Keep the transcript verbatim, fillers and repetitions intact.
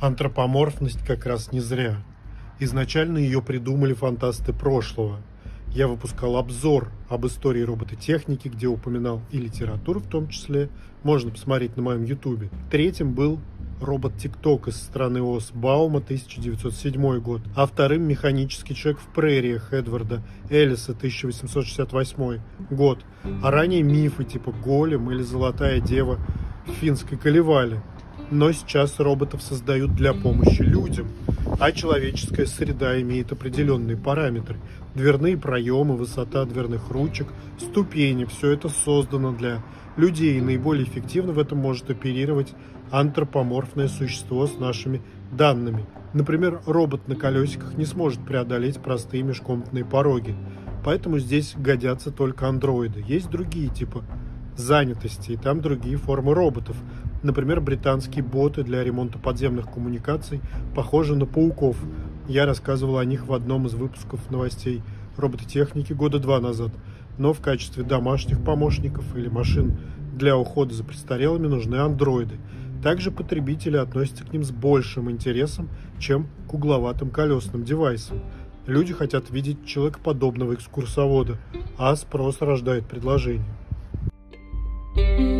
Антропоморфность как раз не зря. Изначально ее придумали фантасты прошлого. Я выпускал обзор об истории робототехники, где упоминал и литературу в том числе. Можно посмотреть на моем ютубе. Третьим был робот Тик-Ток из страны Оз Баума, тысяча девятьсот седьмой год. А вторым механический человек в прериях Эдварда Эллиса, тысяча восемьсот шестьдесят восьмой год. А ранее мифы типа Голем или Золотая Дева в финской Калевале. Но сейчас роботов создают для помощи людям, а человеческая среда имеет определенные параметры. Дверные проемы, высота дверных ручек, ступени – все это создано для людей, и наиболее эффективно в этом может оперировать антропоморфное существо с нашими данными. Например, робот на колесиках не сможет преодолеть простые межкомнатные пороги, поэтому здесь годятся только андроиды. Есть другие типы занятости, и там другие формы роботов. Например, британские боты для ремонта подземных коммуникаций похожи на пауков. Я рассказывал о них в одном из выпусков новостей робототехники года два назад. Но в качестве домашних помощников или машин для ухода за престарелыми нужны андроиды. Также потребители относятся к ним с большим интересом, чем к угловатым колесным девайсам. Люди хотят видеть человекоподобного экскурсовода, а спрос рождает предложение.